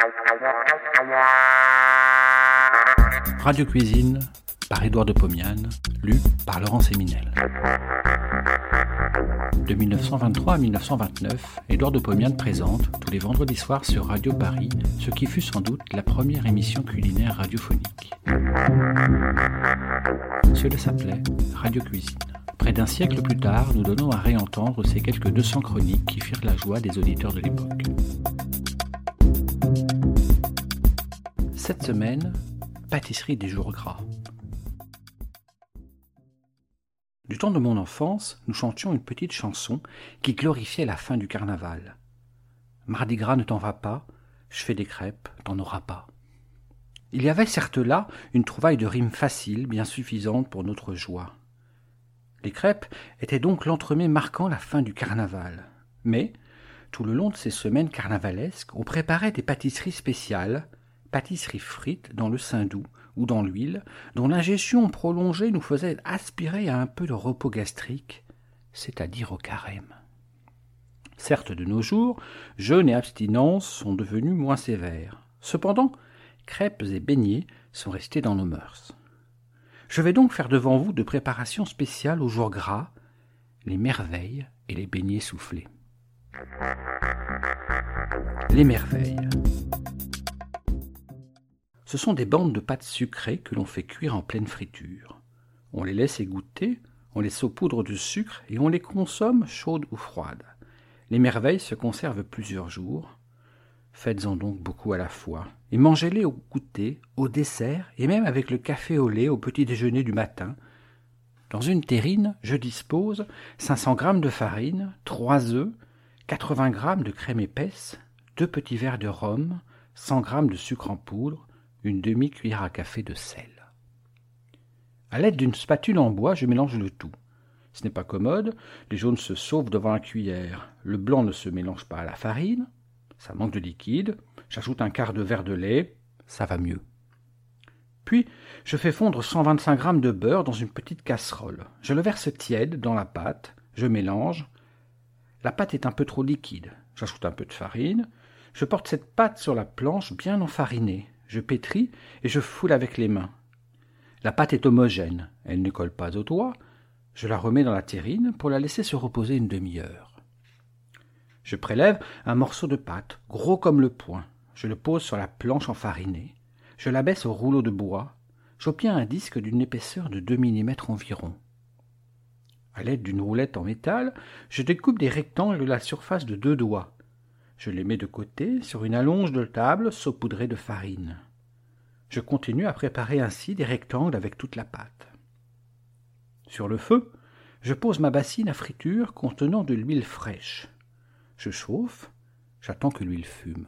Radio Cuisine par Édouard de Pomian, lu par Laurent Séminel. De 1923 à 1929, Édouard de Pomian présente, tous les vendredis soirs sur Radio Paris, ce qui fut sans doute la première émission culinaire radiophonique. Cela s'appelait Radio Cuisine. Près d'un siècle plus tard, nous donnons à réentendre ces quelques 200 chroniques qui firent la joie des auditeurs de l'époque. Cette semaine, pâtisserie des jours gras. Du temps de mon enfance, nous chantions une petite chanson qui glorifiait la fin du carnaval. Mardi gras ne t'en va pas, je fais des crêpes, t'en auras pas. Il y avait certes là une trouvaille de rimes faciles, bien suffisante pour notre joie. Les crêpes étaient donc l'entremets marquant la fin du carnaval. Mais, tout le long de ces semaines carnavalesques, on préparait des pâtisseries spéciales, pâtisseries frites dans le saindoux ou dans l'huile, dont l'ingestion prolongée nous faisait aspirer à un peu de repos gastrique, c'est-à-dire au carême. Certes, de nos jours, jeûne et abstinence sont devenus moins sévères. Cependant, crêpes et beignets sont restés dans nos mœurs. Je vais donc faire devant vous de préparations spéciales aux jours gras, les merveilles et les beignets soufflés. Les merveilles. Ce sont des bandes de pâte sucrée que l'on fait cuire en pleine friture. On les laisse égoutter, on les saupoudre de sucre et on les consomme chaudes ou froides. Les merveilles se conservent plusieurs jours. Faites-en donc beaucoup à la fois et mangez-les au goûter, au dessert et même avec le café au lait au petit déjeuner du matin. Dans une terrine, je dispose 500 g de farine, 3 œufs, 80 g de crème épaisse, 2 petits verres de rhum, 100 g de sucre en poudre, une demi-cuillère à café de sel. À l'aide d'une spatule en bois, je mélange le tout. Ce n'est pas commode, les jaunes se sauvent devant la cuillère, le blanc ne se mélange pas à la farine, ça manque de liquide, j'ajoute un quart de verre de lait, ça va mieux. Puis, je fais fondre 125 g de beurre dans une petite casserole. Je le verse tiède dans la pâte, je mélange. La pâte est un peu trop liquide, j'ajoute un peu de farine, je porte cette pâte sur la planche bien enfarinée. Je pétris et je foule avec les mains. La pâte est homogène, elle ne colle pas au doigt. Je la remets dans la terrine pour la laisser se reposer une demi-heure. Je prélève un morceau de pâte, gros comme le poing. Je le pose sur la planche enfarinée. Je l'abaisse au rouleau de bois. J'obtiens un disque d'une épaisseur de 2 mm environ. À l'aide d'une roulette en métal, je découpe des rectangles de la surface de 2 doigts. Je les mets de côté sur une allonge de table saupoudrée de farine. Je continue à préparer ainsi des rectangles avec toute la pâte. Sur le feu, je pose ma bassine à friture contenant de l'huile fraîche. Je chauffe, j'attends que l'huile fume.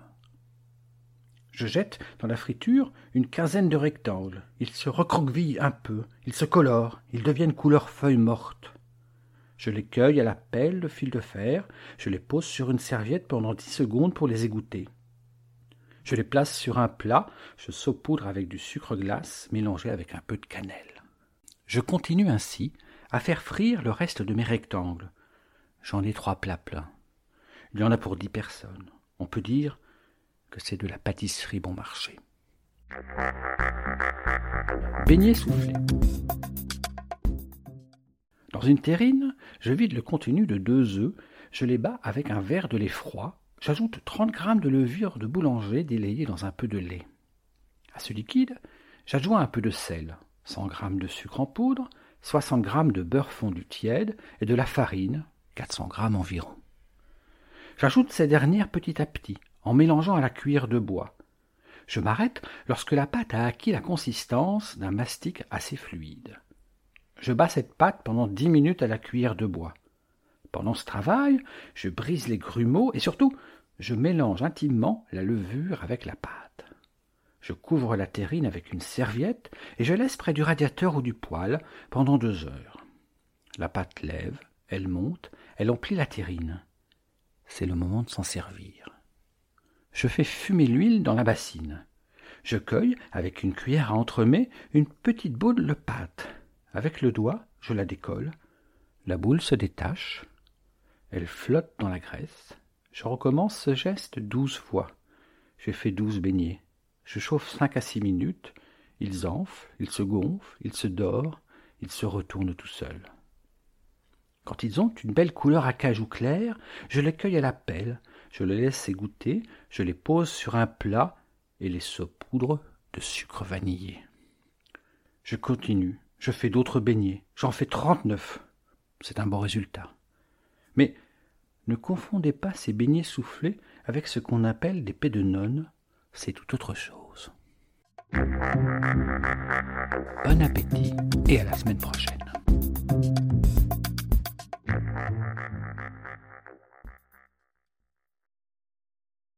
Je jette dans la friture une quinzaine de rectangles. Ils se recroquevillent un peu, ils se colorent, ils deviennent couleur feuille morte. Je les cueille à la pelle de fil de fer, je les pose sur une serviette pendant 10 secondes pour les égoutter. Je les place sur un plat, je saupoudre avec du sucre glace mélangé avec un peu de cannelle. Je continue ainsi à faire frire le reste de mes rectangles. J'en ai 3 plats pleins. Il y en a pour 10 personnes. On peut dire que c'est de la pâtisserie bon marché. Beignets soufflés. Dans une terrine, je vide le contenu de 2 œufs, je les bats avec un verre de lait froid, j'ajoute 30 g de levure de boulanger délayée dans un peu de lait. À ce liquide, j'adjoins un peu de sel, 100 g de sucre en poudre, 60 g de beurre fondu tiède et de la farine, 400 g environ. J'ajoute ces dernières petit à petit, en mélangeant à la cuillère de bois. Je m'arrête lorsque la pâte a acquis la consistance d'un mastic assez fluide. Je bats cette pâte pendant 10 minutes à la cuillère de bois. Pendant ce travail, je brise les grumeaux et surtout, je mélange intimement la levure avec la pâte. Je couvre la terrine avec une serviette et je laisse près du radiateur ou du poêle pendant 2 heures. La pâte lève, elle monte, elle emplit la terrine. C'est le moment de s'en servir. Je fais fumer l'huile dans la bassine. Je cueille, avec une cuillère à entremets, une petite boule de pâte. Avec le doigt, je la décolle. La boule se détache. Elle flotte dans la graisse. Je recommence ce geste 12 fois. J'ai fait 12 beignets. Je chauffe 5 à 6 minutes. Ils enflent, ils se gonflent, ils se dorent, ils se retournent tout seuls. Quand ils ont une belle couleur acajou clair, je les cueille à la pelle, je les laisse égoutter, je les pose sur un plat et les saupoudre de sucre vanillé. Je continue, je fais d'autres beignets, j'en fais 39. C'est un bon résultat. Mais ne confondez pas ces beignets soufflés avec ce qu'on appelle des pets de nonne, c'est tout autre chose. Bon appétit et à la semaine prochaine.